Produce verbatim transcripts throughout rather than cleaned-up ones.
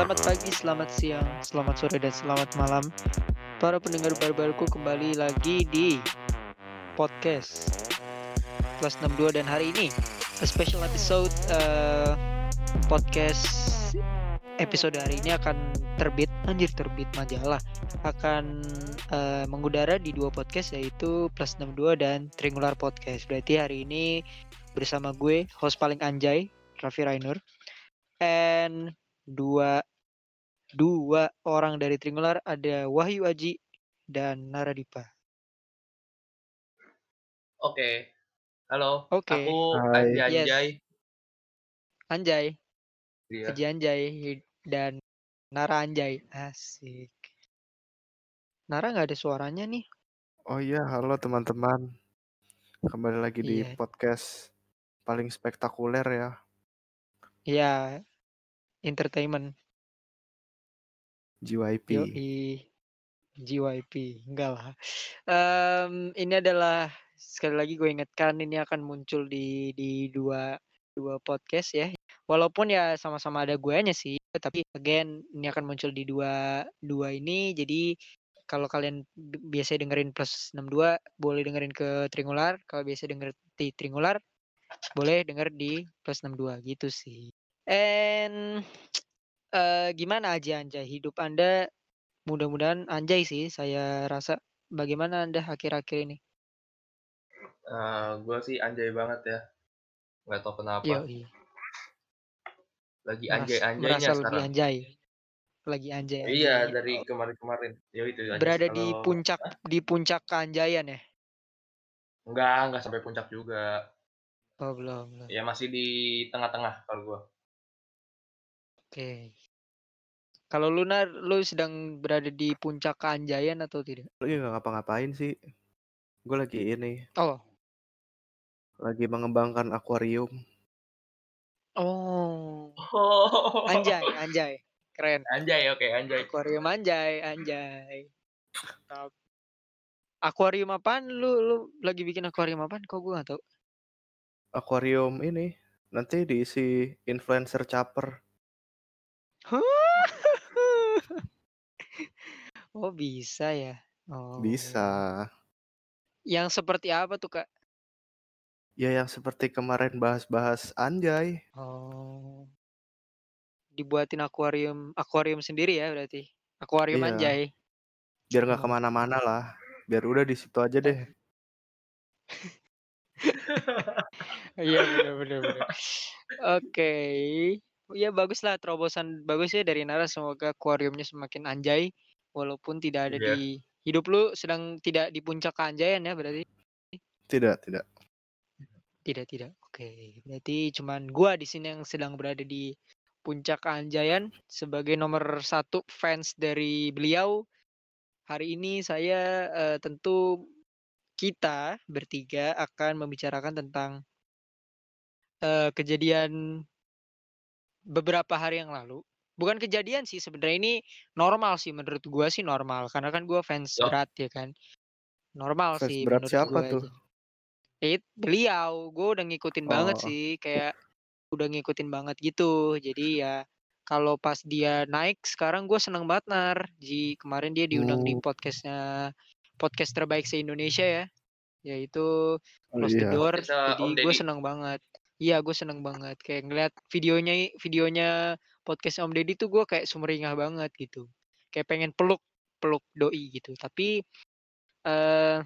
Selamat pagi, selamat siang, selamat sore, dan selamat malam para pendengar baru-baruku kembali lagi di podcast Plus enam puluh dua. Dan hari ini a special episode uh, podcast episode hari ini akan terbit anjir terbit majalah akan uh, mengudara di dua podcast, yaitu Plus enam puluh dua dan Triangular Podcast. Berarti hari ini bersama gue, host paling anjay, Raffi Rainur, and dua dua orang dari Triangular, ada Wahyu Aji dan Naradipa. Oke, halo, Oke. aku Hai. Anjay Yes. Anjay. Anjay, Iya. Aji Anjay dan Nara Anjay. Asik. Nara nggak ada suaranya nih. Oh iya, halo teman-teman. Kembali lagi di Iya. podcast paling spektakuler ya. Iya. Entertainment. G Y P. Yoi. G Y P. Enggak lah. Um, ini adalah, sekali lagi gue ingatkan, ini akan muncul di di dua dua podcast ya. Walaupun ya sama-sama ada guanya sih, tapi again ini akan muncul di dua dua ini. Jadi kalau kalian b- biasa dengerin Plus enam puluh dua, boleh dengerin ke Triangular. Kalau biasa denger di Triangular, boleh denger di Plus enam puluh dua gitu sih. And eh, gimana aja Anjay hidup Anda? Mudah-mudahan Anjay sih, saya rasa. Bagaimana Anda akhir-akhir ini? Uh, gue sih Anjay banget ya. Nggak tahu kenapa. Yoi. Lagi Meras- anjay-anjaynya merasa lebih sekarang. anjay. Lagi anjay. Iya, dari kemarin-kemarin. Ya itu anjay. Berada Kalau- di puncak Hah? di puncak keanjayan ya? Enggak, enggak sampai puncak juga. Oh, belum, belum. Ya masih di tengah-tengah kalau gue. Oke. Kalau Lunar, lu sedang berada di puncak keanjayan atau tidak? Lu nggak ngapa-ngapain sih. Gue lagi ini, Oh. lagi mengembangkan akuarium. Oh. Oh. Anjay, anjay. Keren. Anjay, oke, anjay. Akuarium anjay, anjay. Mantap. Akuarium apaan? Lu lu lagi bikin akuarium apaan? Kok gue gak tahu. Akuarium ini nanti diisi influencer caper. Oh, bisa ya. Oh. Bisa. Yang seperti apa tuh, Kak? Ya yang seperti kemarin bahas-bahas anjay. Oh. Dibuatin akuarium, akuarium sendiri ya berarti. Akuarium Iya. anjay. Biar nggak Oh. kemana-mana lah. Biar udah di situ aja deh. Iya, benar benar benar. Oke. Ya bagus lah, terobosan bagus ya dari Nara. Semoga akuariumnya semakin anjay walaupun tidak ada Iya. di hidup lu, sedang tidak di puncak keanjayan ya berarti. Tidak, tidak. Tidak, tidak. Oke. Berarti cuman gua di sini yang sedang berada di puncak keanjayan sebagai nomor satu fans dari beliau. Hari ini saya eh, tentu kita bertiga akan membicarakan tentang eh, kejadian beberapa hari yang lalu. Bukan kejadian sih sebenarnya, ini normal sih menurut gua sih, normal karena kan gua fans Loh. berat ya kan. Normal Fans sih berat menurut siapa gua tuh? aja. Eh, beliau, gue udah ngikutin banget Oh. sih, kayak udah ngikutin banget gitu. Jadi ya kalau pas dia naik sekarang gue seneng banget Nar. Ji kemarin dia diundang di Hmm. podcastnya, podcast terbaik se Indonesia ya, yaitu Oh, Close the iya. Door. Podcastnya Jadi Om gue Deddy. seneng banget. Iya, gue seneng banget kayak ngeliat videonya videonya podcast Om Deddy tuh gue kayak sumringah banget gitu. Kayak pengen peluk peluk doi gitu. Tapi eh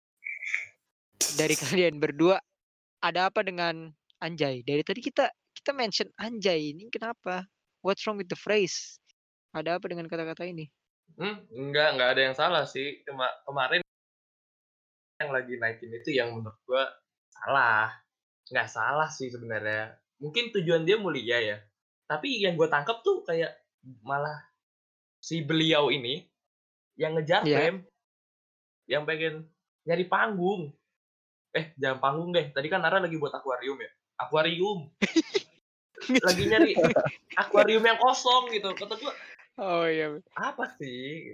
dari kalian berdua, ada apa dengan anjay? Dari tadi kita kita mention anjay, ini kenapa? What's wrong with the phrase? Ada apa dengan kata-kata ini? Hmm, enggak, enggak ada yang salah sih. Cuma kemarin yang lagi naikin itu yang menurut gua salah. Nggak salah sih sebenarnya. Mungkin tujuan dia mulia ya. Tapi yang gue tangkap tuh kayak malah si beliau ini yang ngejar Iya. fame, yang pengen nyari panggung. Eh, jangan panggung deh. Tadi kan Nara lagi buat akuarium ya. Akuarium. Lagi nyari akuarium yang kosong gitu. Kata gue, Oh iya. apa sih?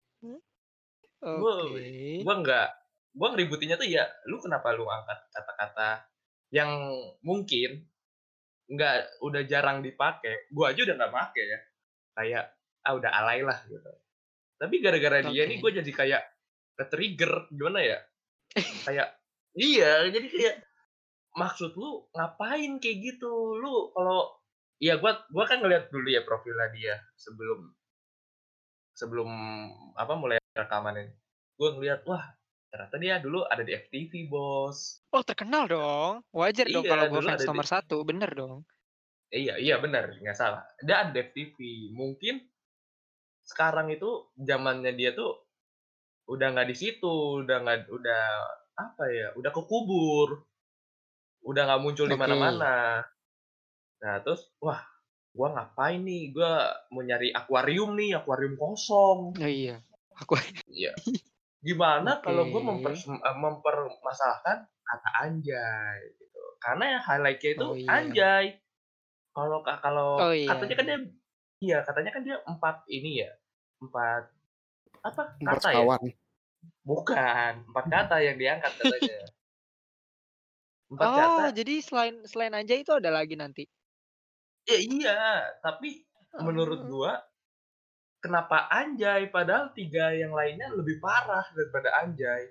Oke. Gue gue nggak, gue ngeributinnya tuh ya, lu kenapa lu angkat kata-kata yang mungkin nggak, udah jarang dipakai. Gue aja udah nggak pakai ya. kayak ah udah alay lah gitu. Tapi gara-gara dia nih gue Oke. jadi kayak ke-trigger gimana ya? Kayak iya, jadi kayak maksud lu ngapain kayak gitu? Lu kalau ya gua gua kan ngeliat dulu ya profilnya dia sebelum sebelum apa mulai rekaman ini. Gua ngeliat, wah ternyata dia dulu ada di F T V, Bos. Oh, terkenal dong. Wajar dong kalau Iya, gue dulu fans ada di nomor satu, bener dong. iya iya benar, nggak salah. Dia ada di F T V. Mungkin sekarang itu zamannya dia tuh udah nggak di situ, udah nggak udah apa ya, udah kekubur, udah nggak muncul di Oke. mana-mana. Nah terus, wah gua ngapain nih, gua mau nyari akuarium nih, akuarium kosong. Oh iya. Aku Iya. Gimana oke. kalau gua mempers eee, mempermasalahkan kata anjay gitu. Karena yang highlight-nya itu Oh iya. anjay. Kalau ka kalau Oh katanya iya. kan dia iya, katanya kan dia empat ini ya, empat apa, Empat kata ya? sekawan. Bukan, empat kata yang diangkat katanya. Empat kata Oh, jadi selain selain Anjay itu ada lagi nanti? ya iya, tapi menurut Oh, gua kenapa anjay, padahal tiga yang lainnya lebih parah daripada anjay.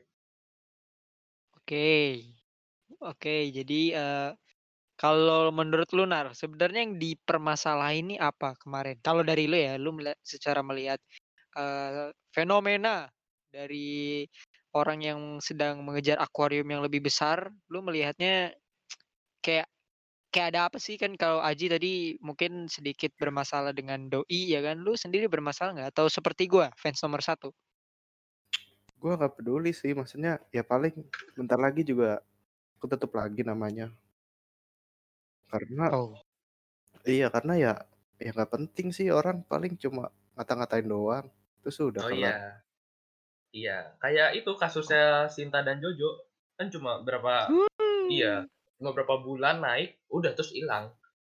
oke. Oke, jadi, eee, kalau menurut lu, Nar, sebenarnya yang dipermasalahin ini apa kemarin? Kalau dari lu ya, lu melihat secara melihat, eee, fenomena dari orang yang sedang mengejar akuarium yang lebih besar, lu melihatnya kayak kayak ada apa sih? Kan kalau Aji tadi mungkin sedikit bermasalah dengan doi ya kan, lu sendiri bermasalah nggak? Atau seperti gua, fans nomor satu? Gue nggak peduli sih, maksudnya ya paling bentar lagi juga aku tutup lagi namanya. Karena Oh, iya karena ya ya nggak penting sih, orang paling cuma ngata-ngatain doang. Terus udah Oh kelar. iya, iya. Kayak itu kasusnya Sinta dan Jojo, kan cuma berapa iya, hmm. cuma berapa bulan naik, udah terus hilang.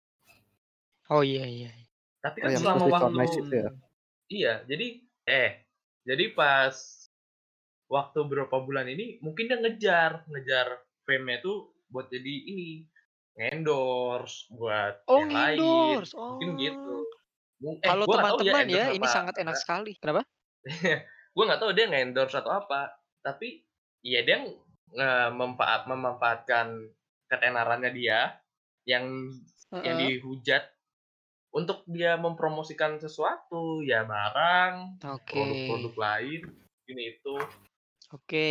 Oh, iya iya. Tapi Oh kan yang selama Sweet on waktu Ice itu ya? Hmm. iya, jadi eh, jadi pas waktu berapa bulan ini mungkin dia ngejar, ngejar fame-nya tuh buat jadi ini, endorse buat Oh, yang lain, ngendorse. mungkin gitu. Oh. Mung eh, Kalau gua nggak tahu ya teman-teman ya, endorse ini apa sangat enak enggak. sekali. Kenapa? Gua nggak tahu dia nge-endorse atau apa, tapi ya dia nge mempaat memanfaatkan ketenarannya dia yang yang Heeh. dihujat untuk dia mempromosikan sesuatu, ya barang, Oke. produk-produk lain, ini itu. Oke.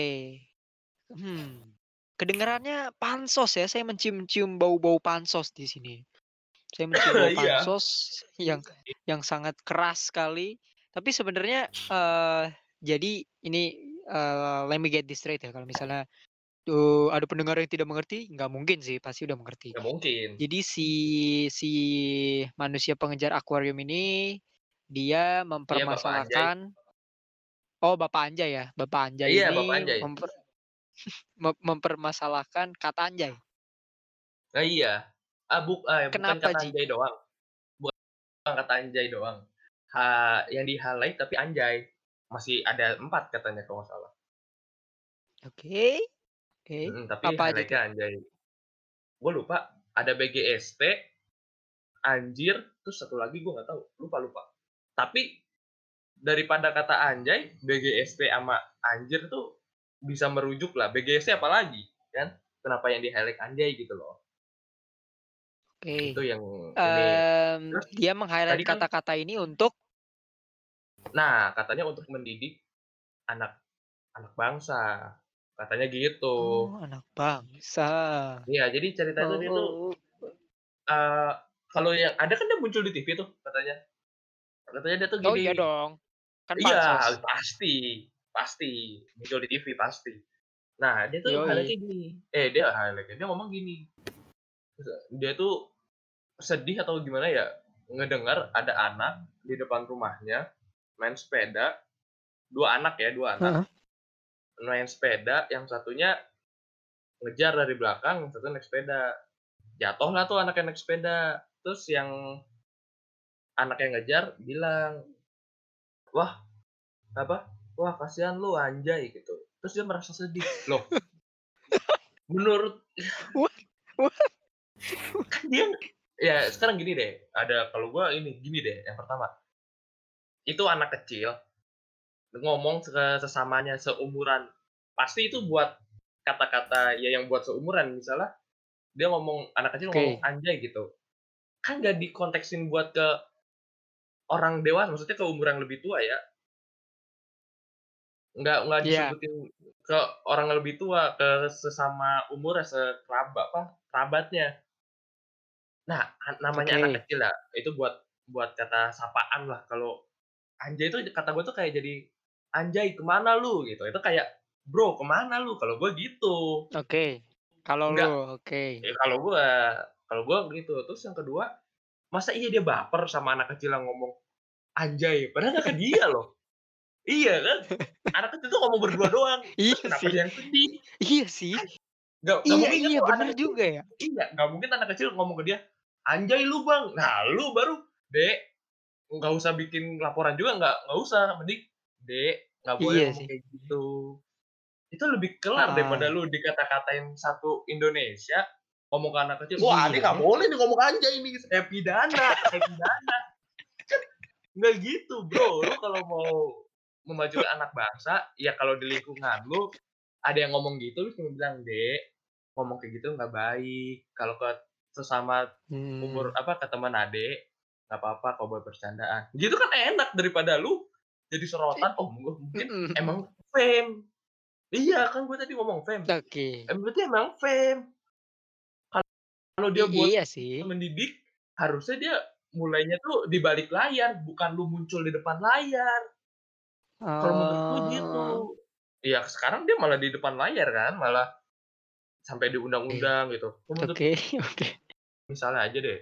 Hmm. Kedengarannya pansos ya, saya mencium-cium bau-bau pansos di sini. Saya mencium bau Iya. pansos yang yang sangat keras sekali. Tapi sebenarnya, eee, jadi ini, eee, let me get this straight ya, kalau misalnya, eee, ada pendengar yang tidak mengerti, nggak mungkin sih, pasti udah mengerti. Nggak mungkin. Jadi si si manusia pengejar akuarium ini, dia Iya, Bapak Anjay. mempermasalahkan oh, Bapak Anjay ya? Bapak Anjay Iya, Bapak ini Anjay. memper mem mempermasalahkan kata anjay. Nah, iya. Ah, buk eh, bukan Kenapa, kata Ji? anjay doang, bukan kata anjay doang. Ha yang di-highlight tapi anjay. Masih ada empat katanya kalau nggak salah. Oke oke. Mhm, tapi Apa aja highlight-nya tuh? anjay. Gua lupa, ada B G S T, anjir, terus satu lagi gua nggak tahu, lupa lupa. Tapi daripada kata anjay, B G S T sama anjir tuh bisa merujuk lah, B G S T apalagi, kan? Kenapa yang di-highlight anjay gitu loh. Itu Oke. yang ini. Mmm, Terus dia tadi meng-highlight kan kata-kata ini untuk nah, katanya untuk mendidik anak anak bangsa, katanya gitu. oh, anak bangsa. Iya, jadi ceritanya tuh dia tuh, Oh. eee, kalau yang ada kan dia muncul di T V tuh katanya. Katanya dia tuh Oh, iya gini dong, kan iya, pansos. pasti pasti, muncul di T V pasti. Nah, dia tuh Yoi. highlight-nya gini, eh, dia highlight-nya, dia ngomong gini, dia tuh sedih atau gimana ya, ngedengar ada anak di depan rumahnya main sepeda, dua anak ya, dua anak Heeh. main sepeda, yang satunya ngejar dari belakang, yang satu naik sepeda. Jatuhlah tuh anak yang naik sepeda. Terus yang anak yang ngejar bilang, "Wah, apa, wah kasihan lu anjay," gitu. Terus dia merasa sedih. Loh, menurut What what? kan dia ya sekarang gini deh, ada kalau gua ini, gini deh, yang pertama, itu anak kecil ngomong ke sesamanya seumuran. Pasti itu buat kata-kata ya yang buat seumuran, misalnya dia ngomong anak kecil ngomong Oke. anjay gitu, kan nggak dikonteksin buat ke orang dewasa, maksudnya ke umur yang lebih tua ya. Nggak nggak Iya. disebutin ke orang yang lebih tua, ke sesama umurnya, sekeraba apa, kerabatnya. Nah, an namanya anak Oke. kecil ya, itu buat buat kata sapaan lah. Kalau anjay itu kata gue tuh kayak jadi, "Anjay kemana lu?" Gitu. Itu kayak, "Bro kemana lu?" Kalau gue gitu. Oke. Kalau Enggak, lu, oke. ya kalau gua kalau gua gitu. Terus yang kedua, masa iya dia baper sama anak kecil yang ngomong, "Anjay," padahal nggak ke dia loh. Iya kan? Anak kecil tuh ngomong berdua doang, terus Iya kenapa sih. dia yang sedih? Iya sih. Kan nggak nggak Iya mungkin kan iya, tuh anak bener kecil juga ya. iya, nggak mungkin anak kecil ngomong ke dia, "Anjay lu Bang." Nah lu baru, "Dek, nggak usah bikin laporan juga nggak nggak usah, mending, 'Dek, nggak boleh Iya ngomong sih. kayak gitu.' Itu lebih kelar daripada Heeh. lu dikata-katain satu Indonesia, ngomong ke anak kecil, "Wah adek Iya nggak ya. boleh nih ngomong anjay nih, saya pidana saya pidana." Kan nggak gitu Bro, lu kalau mau memajukan anak bangsa, ya kalau di lingkungan lu ada yang ngomong gitu, lu cuma bilang, "Dek, ngomong kayak gitu nggak baik. Kalau ke sesama umur Hmm. apa, ke teman adek, nggak apa-apa kalau buat bercandaan." Gitu kan enak daripada lu jadi sorotan, oh mu mungkin Mhm mhm. emang fame. Iya kan gue tadi ngomong fame, Oke. em berarti emang fame. Kalau I dia buat iya sih. mendidik, harusnya dia mulainya tuh di balik layar, bukan lu muncul di depan layar. Kalau menurut gue gitu. Oh. Iya sekarang dia malah di depan layar kan, malah sampai Oke. diundang-undang gitu. Kalau menurut Oke oke. misalnya aja deh,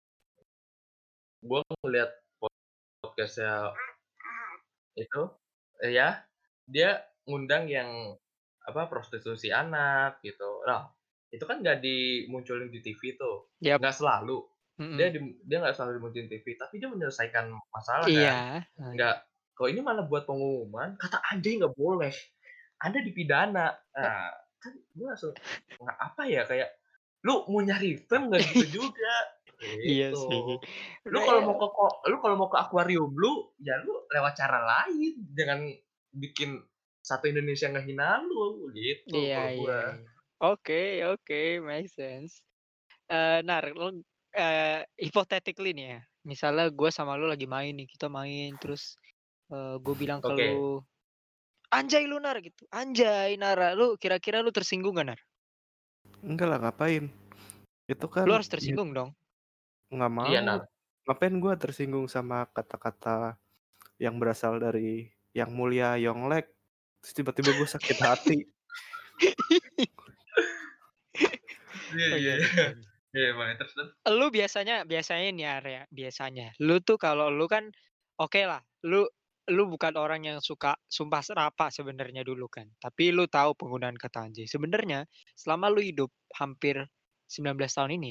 gua ngeliat podcast-nya itu, eee, ya, dia ngundang yang apa, prostitusi anak gitu. Nah, itu kan nggak dimunculin di T V tuh, Yap. nggak selalu. Dia Mhm. dim dia nggak selalu dimunculin T V, tapi dia menyelesaikan masalah kan. Iya. Heeh. Nggak kalau ini malah buat pengumuman, kata anjay nggak boleh, Anda dipidana. E Nah, kan gue langsung, nggak apa ya, kayak, lu mau nyari fame nggak gitu juga, Iya gitu. sih. Lu Nah kalau ya. mau ke ko lu kalau mau ke akuarium lu, ya lu lewat cara lain, jangan bikin satu Indonesia ngehina lu, gitu Iya kalau iya gua. iya. Oke oke, make sense. Eee, nar lu eee, hypothetically nih ya, misalnya gue sama lu lagi main nih, kita main terus, eee, gue bilang ke Oke. lu, "Anjay lu Nar," gitu, "Anjay Nara," lu kira-kira lu tersinggung nggak Nar? Enggak lah, ngapain? Itu kan Lu harus mit tersinggung dong. nggak Iya, mau. Nar. Ngapain gua tersinggung sama kata-kata yang berasal dari Yang Mulia Yonglek, terus tiba-tiba gue sakit hati. Iya Oh iya iya iya. betul. Iya boleh, terus terus? Lu biasanya biasanya nih Arya, biasanya, lu tuh kalau lu kan okelah, lu lu bukan orang yang suka sumpah serapah sebenarnya dulu kan, tapi lu tahu penggunaan kata anjay. Sebenarnya selama lu hidup hampir sembilan belas tahun ini,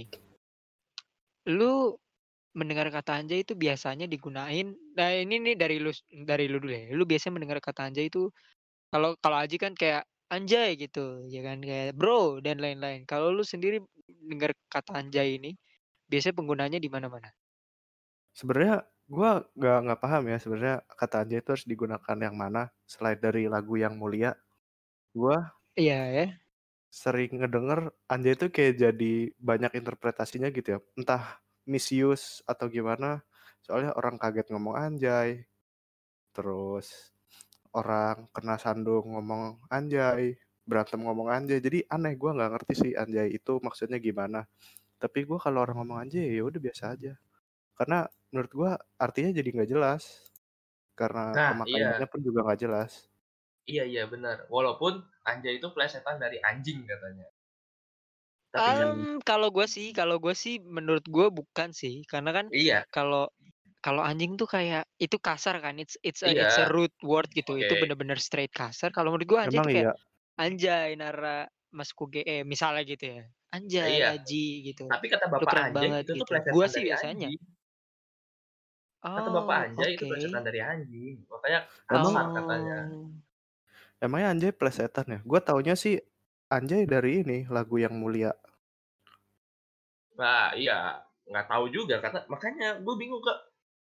lu mendengar kata anjay itu biasanya digunain nah ini nih dari lu s dari lu dulu ya, lu biasanya mendengar kata anjay itu kalau kalau Aji kan kayak, "Anjay," gitu ya kan, kayak, "Bro," dan lain-lain. Kalau lu sendiri dengar kata anjay ini, biasanya penggunaannya di mana-mana? Sebenarnya gua nggak nggak paham ya sebenarnya kata anjay itu harus digunakan yang mana selain dari lagu Yang Mulia. Gua Iya ya. sering ngedenger anjay itu kayak jadi banyak interpretasinya gitu ya. Entah misuse atau gimana. Soalnya orang kaget ngomong anjay, terus orang kena sandung ngomong anjay, berantem ngomong anjay. Jadi aneh, gua nggak ngerti sih anjay itu maksudnya gimana. Tapi gua kalau orang ngomong anjay ya udah biasa aja. Karena menurut gua artinya jadi nggak jelas. Karena Nah, pemakaiannya iya. pun juga nggak jelas. Iya iya benar. Walaupun anjay itu plesetan dari anjing katanya. Tapi kan Hmm. Mmm, kalau gua sih kalau gua sih menurut gua bukan sih, karena kan iya kalau kalau anjing tuh kayak itu kasar kan, it's it's a it's a iya, rude word gitu, oke. itu bener-bener straight kasar. Kalau menurut gua anjay Emang itu kayak, iya. "Anjay Nara Masku G E," misalnya gitu ya, Nah, "Anjay iya, Aji," gitu, tapi kata "Lu bapak keren anjay banget," itu tuh gitu. Gua plesetan sih dari biasanya. anjing. Kata bapak Oh, anjay itu oke. plesetan dari anjing, makanya Emang kasar katanya. Oh. emangnya anjay plesetan ya? Gua taunya sih anjay dari ini lagu Yang Mulia. Nah, iya, nggak tahu juga kata makanya gue bingung, Kak.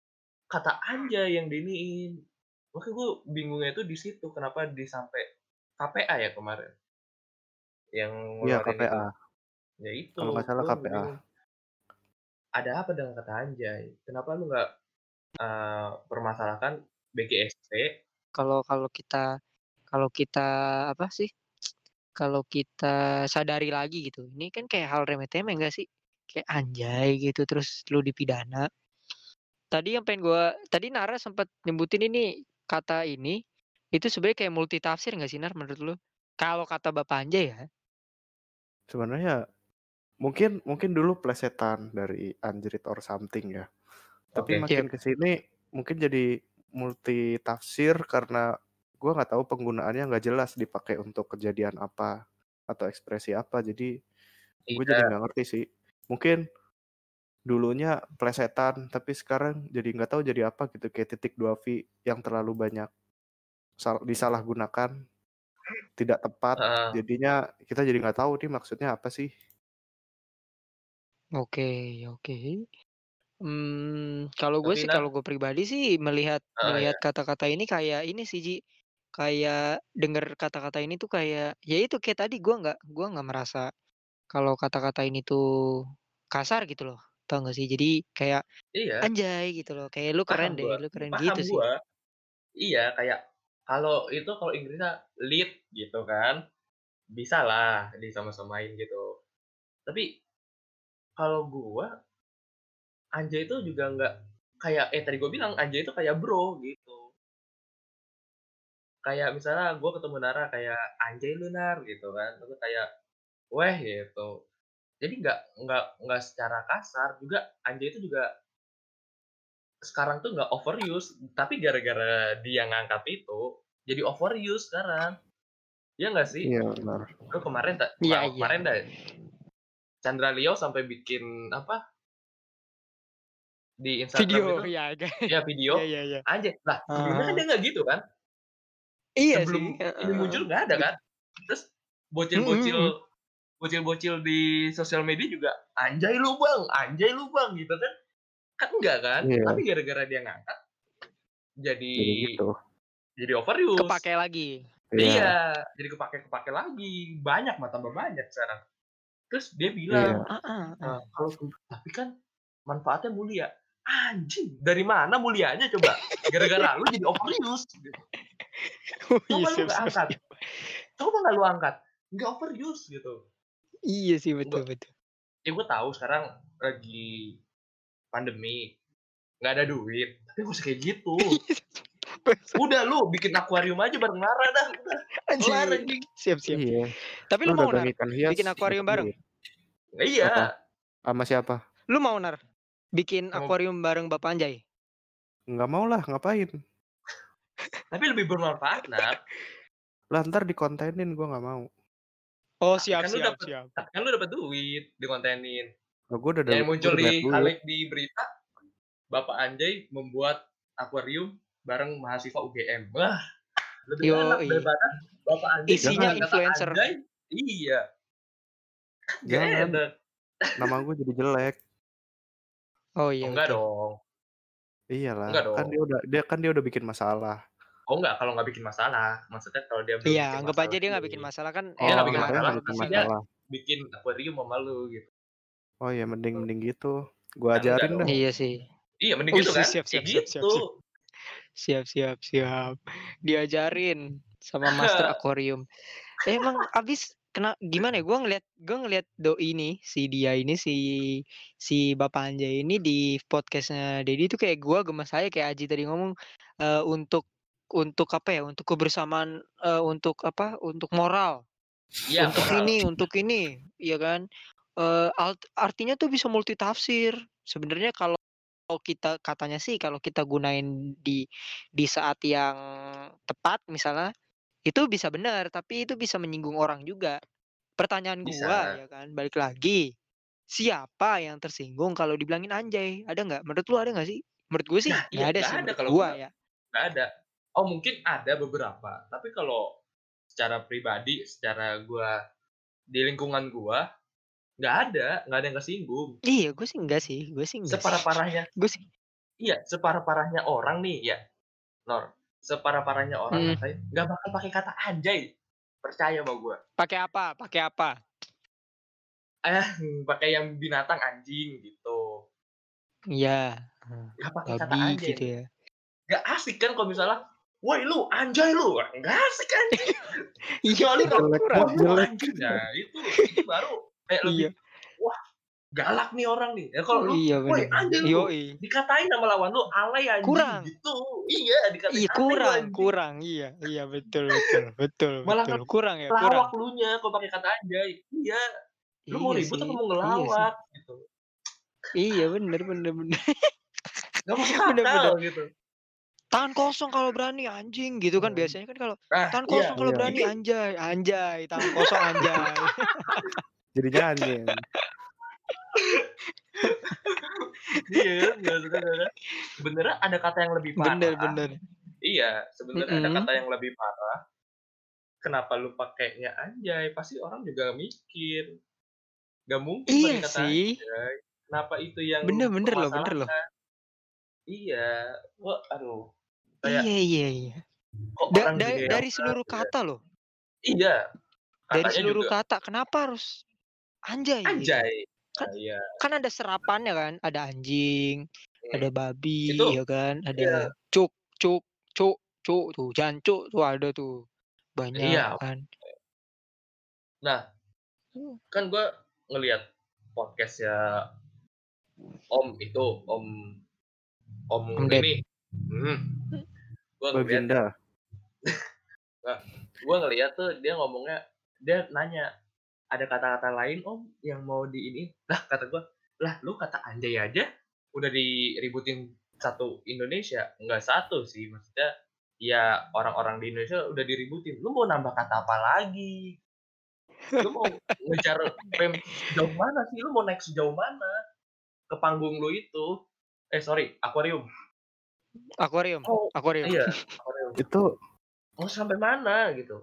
kata anjay yang diiniin. Makanya gue bingungnya itu di situ, kenapa di sampai K P A ya kemarin yang Iya, ngeluarin itu. K P A. Ya itu, Kalau nggak salah gue K P A. bingung. Ada apa dengan kata anjay? Kenapa lu nggak uh, permasalahkan B G S P? Kalau kalau kita kalau kita apa sih? Kalau kita sadari lagi gitu, ini kan kayak hal remeh-temeh nggak sih? Kayak anjay gitu terus lu dipidana. Tadi yang pengen gua tadi Nara sempat nyebutin ini kata ini itu sebenarnya kayak multitafsir nggak sih Nar menurut lu? Kalau kata Bapak Anjay ya. Sebenarnya mungkin mungkin dulu plesetan dari anjrit or something ya. Tapi Oke. makin Yep. ke sini mungkin jadi multi tafsir karena gua nggak tahu penggunaannya nggak jelas dipakai untuk kejadian apa atau ekspresi apa. Jadi gue jadi Iya. nggak ngerti sih. Mungkin dulunya plesetan tapi sekarang jadi nggak tahu jadi apa gitu, kayak titik dua V yang terlalu banyak sal- disalahgunakan, tidak tepat. Heeh. Jadinya kita jadi nggak tahu nih maksudnya apa sih. Oke, oke. Hmm, kalau gue Tapi sih Nar, kalau gue pribadi sih melihat heeh, melihat ya. kata-kata ini kayak ini sih Ji. Kayak denger kata-kata ini tuh kayak ya itu kayak tadi gua nggak gua nggak merasa kalau kata-kata ini tuh kasar gitu loh. Tau gak sih? Jadi kayak Iya, anjay gitu loh. Kayak lu paham keren gua. deh, lu keren Paham gitu sih. gua. Iya, kayak kalau itu kalau Inggrisnya lead gitu kan, bisa lah disama-samain gitu. Tapi kalau gua anjay itu juga nggak kayak eh tadi gua bilang anjay itu kayak bro gitu. Kayak misalnya gua ketemu Nara kayak anjay lu Nar gitu kan. Terus kayak weh gitu. Jadi nggak nggak nggak secara kasar juga anjay itu juga sekarang tuh nggak overuse, tapi gara-gara dia ngangkat itu jadi overuse sekarang. Iya nggak sih? Iya benar. Lu kemarin tak Iya, kema iya. kemarin dah Chandra Leo sampai bikin apa di Instagram Video itu ya agak. ya Iya, video iya, iya. anjay. Lah sebelumnya kan Heeh. dia nggak gitu kan? Iya sih, Sebelum ini heeh. muncul nggak ada Bet kan? Terus mhm, bocil-bocil mhm. bocil-bocil di sosial media juga anjay lu Bang, anjay lu Bang gitu kan. Kan enggak kan? Iya, Tapi gara-gara dia ngangkat jadi jadi gitu. jadi overuse. Kepakai lagi. Iya, Iya, jadi kepake-kepake lagi. Banyak mah tambah banyak sekarang. Terus dia iya. bilang, Heeh, eee, heeh. kalau tapi kan manfaatnya mulia. Anjing, dari mana mulianya coba? Gara-gara lu jadi overuse gitu. Oh iya, Coba lu siap, nggak siap, angkat, siap. coba nggak lu angkat, nggak overuse gitu. Iya sih, Gua betul, betul. ya gua tahu sekarang lagi pandemi, nggak ada duit, tapi nggak usah kayak gitu. Udah lu bikin akuarium aja bareng Nara dah, udah. Kelar Anjir. anjing. Siap, siap. Iya. Tapi Lu lu mau dagang Nar? ikan hias Bikin akuarium dapat bareng? duit. Apa? Iya, Sama siapa? Lu mau Nar? Bikin sama akuarium bareng Bapak Anjay? Nggak mau lah, ngapain? tapi lebih bermanfaat, Nar. Lah ntar dikontenin, gua nggak mau. Oh, Tapi siap, kan lu siap, dapet siap. tapi kan lu dapet duit dikontenin. Lah gua udah, Yang gua muncul udah di banyak duit. highlight di berita, Bapak Anjay membuat akuarium bareng mahasiswa U G M. Wah, lebih enak Yoi. daripada Bapak Anjay Isinya Jangan. dengan kata influencer. anjay. Iya, nggak Jangan. enak. Nama gua jadi jelek. Oh Oh, iya, enggak betul. dong, Iyalah, enggak kan dong. dia udah dia kan dia udah bikin masalah. Oh enggak, kalau nggak bikin masalah. Maksudnya kalau dia belum Iya, bikin anggap aja masalah dia nggak bikin nih. masalah kan Dia nggak Oh, bikin enak katanya masalah, nggak bikin tapi bisa. dia masalah. bikin akuarium sama lu gitu. Oh ya mending mending gitu. Gua Kan enggak ajarin dah. dong. Iya sih. Iya, mending Wih, gitu kan? siap, Kayak siap, siap, siap, gitu. siap. Siap, siap, siap. Diajarin sama master akuarium. Emang abis kena gimana ya? Gue ngeliat gue ngeliat doi ini si dia ini si si Bapak Anjay ini di podcastnya Dedi itu kayak gue gemes aja kayak Aji tadi ngomong eh, untuk untuk apa ya? Untuk kebersamaan eh, untuk apa? Untuk moral. Iya, Untuk moral. ini, untuk ini, iya kan? Eh alt- artinya tuh bisa multitafsir. Sebenarnya kalau kita katanya sih kalau kita gunain di di saat yang tepat misalnya itu bisa benar, tapi itu bisa menyinggung orang juga. Pertanyaan gua Bisa. ya kan, balik lagi. Siapa yang tersinggung kalau dibilangin anjay? Ada nggak? Menurut lu ada nggak sih? Menurut gue sih Nah, nggak iya ada nggak sih ada menurut kalau gua gua ya. nggak ada. Oh mungkin ada beberapa, tapi kalau secara pribadi, secara gua di lingkungan gua nggak ada, nggak ada yang kesinggung. Iya, gue sih enggak sih, gue sih enggak sih. Separah-parahnya, Gue sih Iya, separah-parahnya orang nih ya, Nor, separah-parahnya orang Mhm. ngatain nggak bakal pakai kata anjay, percaya sama gua. Pakai apa pakai apa? Eh, pakai yang binatang anjing gitu. Iya, heeh, Nggak pakai kata babi anjay gitu nih. ya. Nggak asik kan kalau misalnya, "Woi lu, anjay lu!" Wah, nggak asik anjing. Iya, Kecuali kalau, kurang Jelek kurang. "Woi lu jelek. anjing." Nah itu itu baru kayak lebih, Iya. wah galak nih orang nih. Ya kalau Oh lu, iya, "Woi bener bener. anjay lu!" Yoi. Dikatain sama lawan lu, "Alay anjing." Kurang. Gitu. Iya, dikatain, Iya, "Alay lu kurang anjing." kurang. Iya iya, betul betul betul Malah betul. Kurang ya, kurang. ngelawak lunya kalau pakai kata anjay. Iya, lu mau Iya ribut sih apa mau iya sih. ngelawak gitu. Iya, bener bener bener. Nggak masuk Bener akal bener. gitu. Tangan kosong kalau berani anjing gitu kan Hmm. biasanya kan kalau Nah, tangan iya, kosong kalau Iya. berani ini anjay, anjay, tangan kosong anjay. Jadinya anjing. Iya kan, maksudnya kan, sebenarnya ada kata yang lebih Bener parah. bener. Iya, sebenarnya ada Mhm. kata yang lebih parah. Kenapa lu pakainya anjay? Pasti orang juga mikir. Nggak mungkin pakai Iya kata sih. anjay. Kenapa itu yang lu Bener bener loh bener loh. permasalahkan? Iya, wah aduh, kayak Iya iya iya. kok Da orang da juga yang dari seluruh ya kata loh. iya, Dari katanya seluruh juga kata kenapa harus anjay gitu? anjay. Kan Nah, iya, kan ada serapannya kan, ada anjing, mhm, ada babi itu ya kan, iya ada cuk cuk cuk cuk tuh, jancuk tuh ada tuh, banyak iya. kan. Nah, Mmm. kan gua ngelihat podcast-nya Om itu, Om Om Om Ded. ini, mhm, Mmm. gua ngelihat Baginda. Kak, gua ngelihat tuh dia ngomongnya, dia nanya, "Ada kata-kata lain Om yang mau di ini?" Lah kata gua, "Lah lu kata anjay aja udah diributin satu Indonesia." Enggak satu sih, maksudnya ya orang-orang di Indonesia udah diributin, lu mau nambah kata apa lagi? Lu mau ngejar fame sejauh mana sih? Lu mau naik sejauh mana ke panggung lu itu? Eh sorry, akuarium. Akuarium Oh akuarium. iya, akuarium. Itu Mau sampai mana gitu?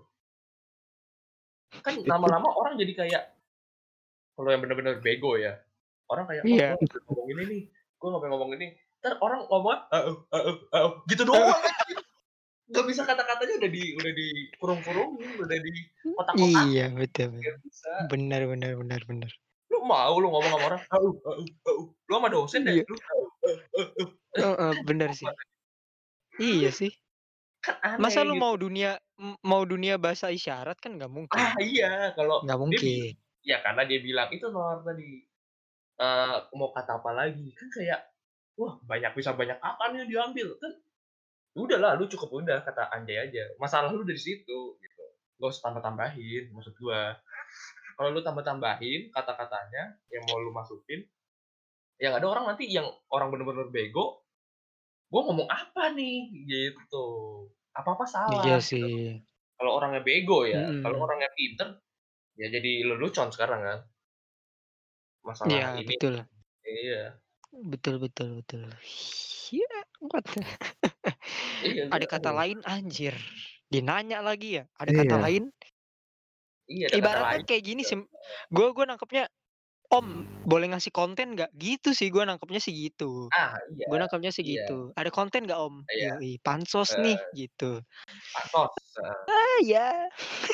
Kan itu lama-lama orang jadi kayak, kalau yang bener-bener bego ya, orang kayak, "Wah gua Iya. nggak boleh ngomong ini nih, gua nggak boleh ngomong ini." Entar orang ngomongnya, "Heeh heeh heeh," gitu Heeh. doang anjir. Nggak bisa kata-katanya udah di udah dikurung-kurungin, udah di Iya, kotak-kotakin, betul nggak betul. bisa. Bener bener bener bener. Lu mau lu ngomong sama orang, "Heeh heeh heeh," lu sama dosen deh, Iya. lu, "Heeh heeh heeh heeh." Heeh, bener Apa sih. tadi? Iya sih. Kan Masa aneh lu mau gitu. dunia m mau dunia bahasa isyarat kan nggak Ah mungkin. iya, kalau Nggak dia bi mungkin. ya karena dia bilang itu Nor tadi, eee, mau kata apa lagi, kan kayak, wah banyak bisa banyak apa nih yang diambil, kan udahlah lu cukup udah kata anjay aja, masalah lu dari situ gitu, nggak usah tambah-tambahin maksud gua. Kalau lu tambah-tambahin kata-katanya yang mau lu masukin, yang ada orang nanti yang orang bener-bener bego, "Gua ngomong apa nih?" Gitu. Apa-apa Iya salah gitu. sih. Kalau orangnya bego ya, kalau Mhm. orangnya pinter, ya jadi lelucon sekarang kan, masalah Iya, ini. betul. Iya Betul betul betul. Iya, what the iya ada gua kata aduh, lain anjir, dia nanya lagi ya, ada kata iya, lain iya ada kata ibaratnya lain kayak gini juga. sih, gue gue nangkepnya, "Om, boleh ngasih konten nggak?" Gitu sih gue nangkepnya sih gitu. Ah, iya Gue nangkepnya sih iya gitu, "Ada konten nggak Om?" iya, "Yoi, pansos nih," heeh, gitu. patos, heeh, Ah, ya,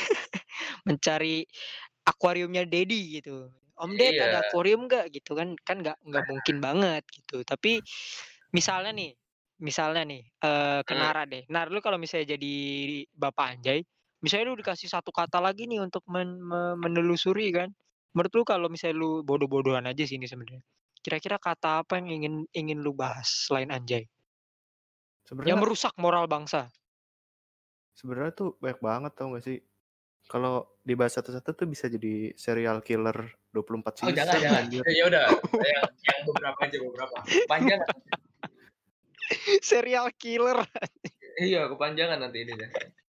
mencari akuariumnya Dedi gitu. "Om Ded iya, ada akuarium nggak?" Gitu kan, kan nggak nggak mungkin banget gitu. Tapi misalnya nih misalnya nih, eee, ke mhm, Nara deh. Nar, lu kalau misalnya jadi bapak anjay, misalnya lu dikasih satu kata lagi nih untuk men me menelusuri kan. Menurut lu kalau misalnya lu bodoh-bodohan aja sih ini sebenarnya. Kira-kira kata apa yang ingin ingin lu bahas selain anjay? Yang sebenarnya merusak moral bangsa? sebenarnya tuh banyak banget tau gak sih? Kalau dibahas satu-satu tuh bisa jadi serial killer dua puluh empat oh jangan season jangan, anjir. ya ya udah, yang yang beberapa aja beberapa, kepanjangan nanti. Serial killer. Iya kepanjangan nanti ininya.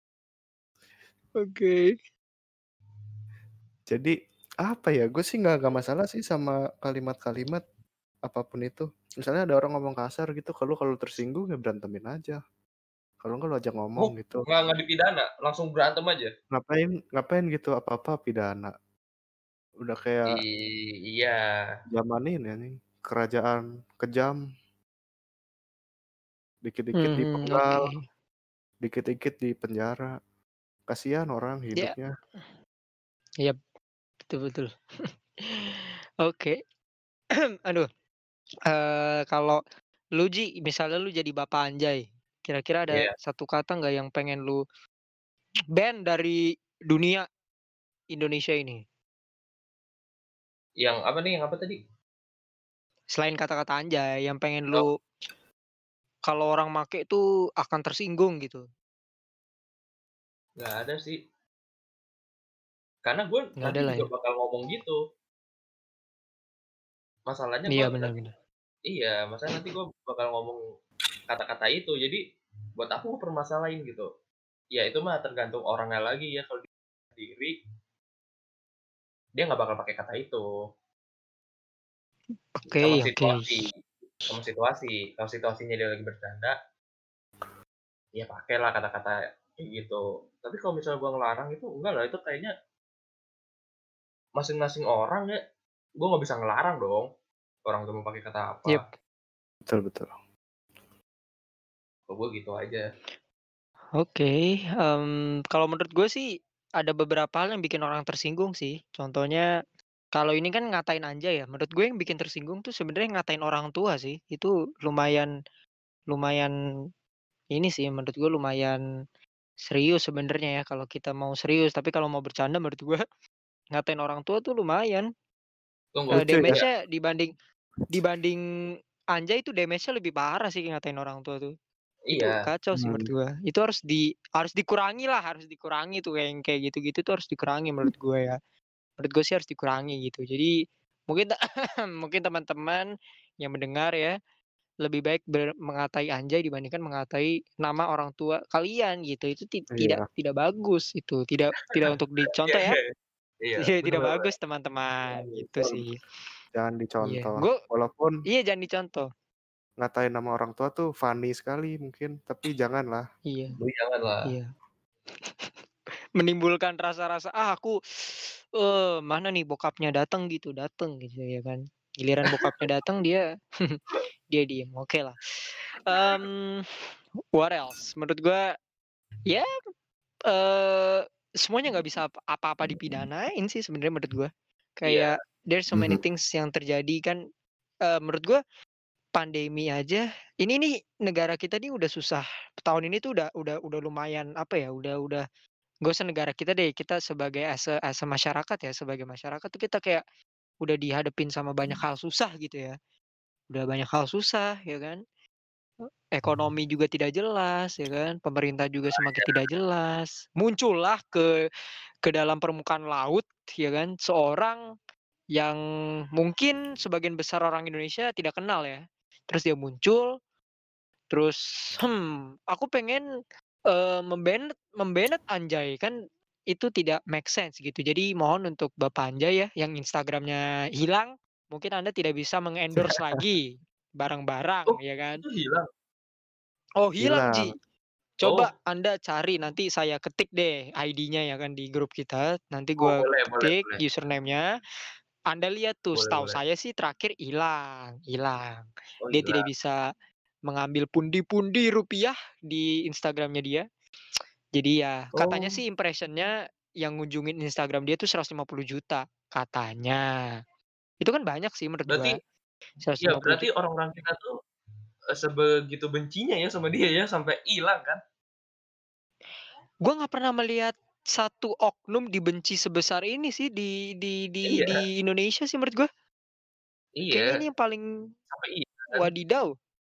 Oke. Jadi apa ya? Gue sih nggak nggak masalah sih sama kalimat-kalimat apapun itu. Misalnya ada orang ngomong kasar gitu, kalau kalau tersinggung ya berantemin aja. Kalau nggak lu ajak Oh, ngomong gitu. nggak nggak dipidana, langsung berantem aja? Ngapain ngapain gitu apa-apa pidana. Udah I kayak iya. zaman ini nih, kerajaan kejam. dikit-dikit Mhm, dipenggal, oke. dikit-dikit dipenjara. Kasihan orang Ya. hidupnya. Yap, betul betul. Oke. Aduh, eee, kalau lu Ji, misalnya lu jadi bapak anjay, kira-kira ada Iya. satu kata nggak yang pengen lu ban dari dunia Indonesia ini? Yang apa nih, yang apa tadi? Selain kata-kata anjay yang pengen Oh, lu kalau orang make tuh akan tersinggung gitu, nggak ada sih. Karena gue nggak ada nanti lah juga ya? bakal ngomong gitu. Masalahnya gue Iya, benar nanti benar. iya, masalahnya nanti gue bakal ngomong kata-kata itu. Jadi buat apa gue permasalahin gitu. Ya itu mah tergantung orangnya lagi ya, kalau dia sendiri, dia nggak bakal pakai kata itu. Sama Oke oke. situasi sama situasi. Kalau situasinya dia lagi bercanda, ya pakailah kata-kata kayak gitu. Tapi kalau misalnya gue ngelarang itu, enggak lah, itu kayaknya masing-masing orang ya, gue nggak bisa ngelarang dong, orang tuh mau pakai kata apa. Yap. Betul betul. Kalau gue gitu aja. Oke, mmm, kalau menurut gue sih ada beberapa hal yang bikin orang tersinggung sih. Contohnya kalau ini kan ngatain anjay ya, menurut gue yang bikin tersinggung tuh sebenarnya ngatain orang tua sih. Itu lumayan lumayan ini sih menurut gue lumayan serius sebenarnya ya kalau kita mau serius, tapi kalau mau bercanda menurut gue ngatain orang tua tuh lumayan, Tunggu, eee, Lucu ya? kayak damage-nya dibanding dibanding anjay itu damage-nya lebih parah sih ngatain orang tua tuh. Itu iya, kacau sih menurut Mmm, gua. Itu harus di harus dikurangi lah, harus dikurangi tuh yang kayak gitu-gitu tuh harus dikurangi menurut gua ya. Menurut gua sih harus dikurangi gitu. Jadi mungkin te mungkin teman-teman yang mendengar ya, lebih baik ber mengatai anjay dibandingkan mengatai nama orang tua kalian gitu. Itu ti tidak iya tidak bagus itu, tidak tidak untuk iya dicontoh ya. iya iya, Tidak bener tidak bener bener. bagus teman-teman, gitu betul, sih. jangan Iya, dicontoh. gua Walaupun iya jangan dicontoh. ngatain nama orang tua tuh funny sekali mungkin, tapi janganlah. Iya Tapi janganlah. iya. Menimbulkan rasa-rasa, "Ah, aku, eee, mana nih bokapnya datang," gitu, dateng gitu ya kan. Giliran bokapnya datang dia dia diem, okelah. Mmm, what else? Menurut gua ya, eee, semuanya nggak bisa apa apa-apa dipidanain sih sebenarnya menurut gua. Iya, Kayak there's so many Mhm. things yang terjadi kan, eee, menurut gua pandemi aja ini nih negara kita nih udah susah, tahun ini tuh udah udah udah lumayan apa ya, udah udah nggak usah negara kita deh, kita sebagai as a as a masyarakat ya, sebagai masyarakat tuh kita kayak udah dihadapin sama banyak hal susah gitu ya. Udah banyak hal susah ya kan, ekonomi juga tidak jelas ya kan, pemerintah juga semakin tidak jelas. Muncullah ke ke dalam permukaan laut ya kan, seorang yang mungkin sebagian besar orang Indonesia tidak kenal ya. Terus dia muncul, terus, hmm, aku pengen, eee, membanet membanet Anjay, kan itu tidak make sense gitu. Jadi mohon untuk Bapak Anjay ya, yang Instagram-nya hilang, mungkin Anda tidak bisa meng-endorse lagi barang-barang, oh ya kan. itu hilang? Oh hilang Hilang. Ji, coba Oh, Anda cari, nanti saya ketik deh I D-nya ya kan di grup kita, nanti oh gua boleh boleh ketik boleh, username-nya, Anda lihat tuh, boleh setahu boleh. saya sih terakhir hilang hilang. Oh Dia tidak hilang. bisa mengambil pundi-pundi rupiah di Instagram-nya dia. Jadi ya katanya Oh, sih impression-nya yang ngunjungin Instagram dia tuh seratus lima puluh juta katanya. Itu kan banyak sih menurut berarti gua, ya seratus lima puluh berarti juta. orang-orang kita tuh, eee, sebegitu bencinya ya sama dia ya, sampai hilang kan? Gua nggak pernah melihat satu oknum dibenci sebesar ini sih di di di di Iya Indonesia sih menurut gua. Kayaknya ini iya, yang paling sampai hilang kan? wadidaw.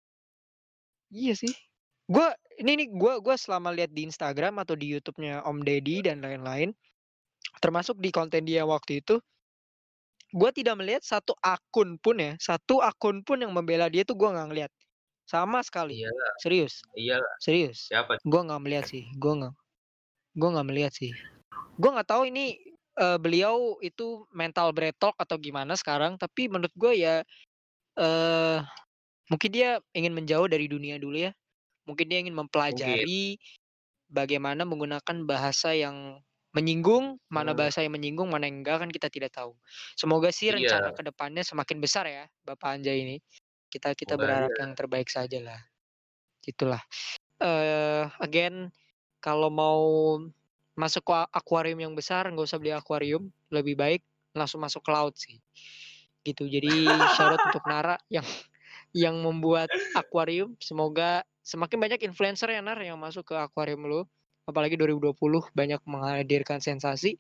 Iya sih. Gua ini nih gua gua selama lihat di Instagram atau di YouTube-nya Om Deddy dan lain-lain, termasuk di konten dia waktu itu, gua tidak melihat satu akun pun ya, satu akun pun yang membela dia tuh gua nggak ngelihat. Sama sekali. Iyalah Serius iyalah, serius. siapa? Gua nggak melihat sih, gua nggak gua nggak melihat sih. Gua nggak tahu ini, eee, beliau itu mental breakdown atau gimana sekarang, tapi menurut gua ya, eee, mungkin dia ingin menjauh dari dunia dulu ya. Mungkin dia ingin Mungkin. mempelajari bagaimana menggunakan bahasa yang menyinggung, mana Oh, bahasa yang menyinggung, mana yang enggak kan kita tidak tahu. Semoga sih iya, rencana ke depannya semakin besar ya, Bapak Anjay ini. Kita kita semoga berharap aja. yang terbaik sajalah. Itulah. Eh again, kalau mau masuk ke akuarium yang besar nggak usah beli akuarium, lebih baik langsung masuk ke laut sih. Gitu. Jadi shout out untuk Nara yang yang membuat akuarium. Semoga semakin banyak influencer ya Nar yang masuk ke akuarium lu. Apalagi dua ribu dua puluh banyak menghadirkan sensasi.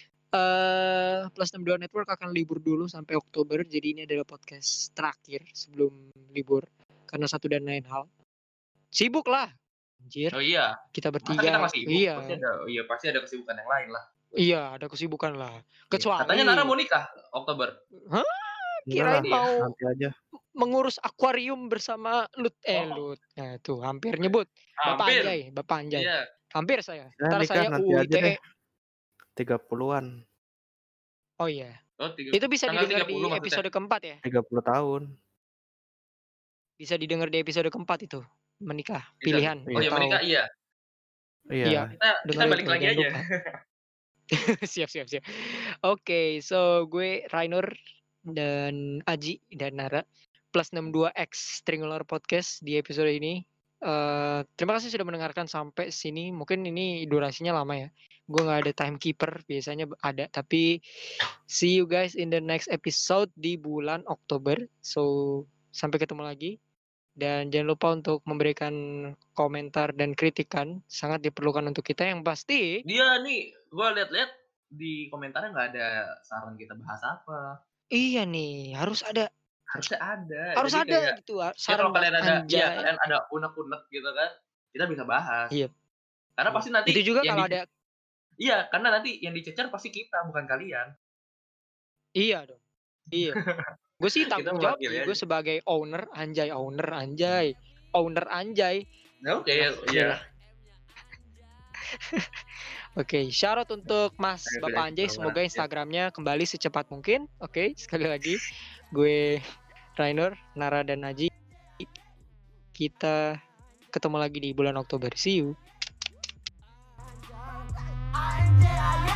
Eh Plus enam puluh dua Network akan libur dulu sampai Oktober. Jadi ini adalah podcast terakhir sebelum libur karena satu dan lain hal. Sibuk lah. Anjir. Oh iya. Kita Masa kita bertiga. nggak sibuk? Iya. Pasti ada, iya pasti ada kesibukan yang lain lah. Iya, ada kesibukan lah. Kecuali Katanya Nara mau nikah Oktober. Hah? Enggak Kirain lah, mau nanti aja. mengurus akuarium bersama Lut eh Oh. Lut. Nah, tuh hampir nyebut. Bapak Hampir. Anjay, Bapak Anjay. Iya. Hampir saya. Saya Ntar nikah saya nanti U U I aja T E. deh. tiga puluhan. Oh iya. Oh, tiga, Itu bisa tanggal didengar tiga di puluh maksudnya. episode keempat ya? tiga puluh tahun. Bisa didengar di episode keempat itu. Menikah, Bisa. pilihan Oh iya atau menikah iya. Iya. Iya. Kita kita dengar balik itu, lagi jangan aja. lupa. siap, siap, siap. Oke, so gue Rainur dan Aji dan Nara Plus enam puluh dua X Triangular Podcast di episode ini. Eh, terima kasih sudah mendengarkan sampai sini. Mungkin ini durasinya lama ya. Gue nggak ada timekeeper, biasanya ada. Tapi see you guys in the next episode di bulan Oktober. So sampai ketemu lagi. Dan jangan lupa untuk memberikan komentar dan kritikan, sangat diperlukan untuk kita. Yang pasti Dia nih, gua lihat-lihat di komentarnya nggak ada saran kita bahas apa. iya nih, harus ada. Harusnya ada. Harus Jadi ada kayak, gitu. ya Saran kalau kalian ada, anjay. iya kalian ada unek-unek gitu kan, kita bisa bahas. Iya. Karena pasti nanti Itu juga yang kalau di- ada. Iya, karena nanti yang dicecer pasti kita, bukan kalian. Iya dong. Iya. Gue sih Kita tanggung jawab. mewakili Gue aja. sebagai owner, anjay, owner, anjay, owner, anjay. Nah, Oke, Nah, iya. Oke, shout out untuk Mas Ayo, Bapak sudah, Anjay. sudah, Semoga ya. Instagramnya kembali secepat mungkin. Oke, sekali lagi gue Rainur, Nara dan Naji. Kita ketemu lagi di bulan Oktober. See you. Anjay,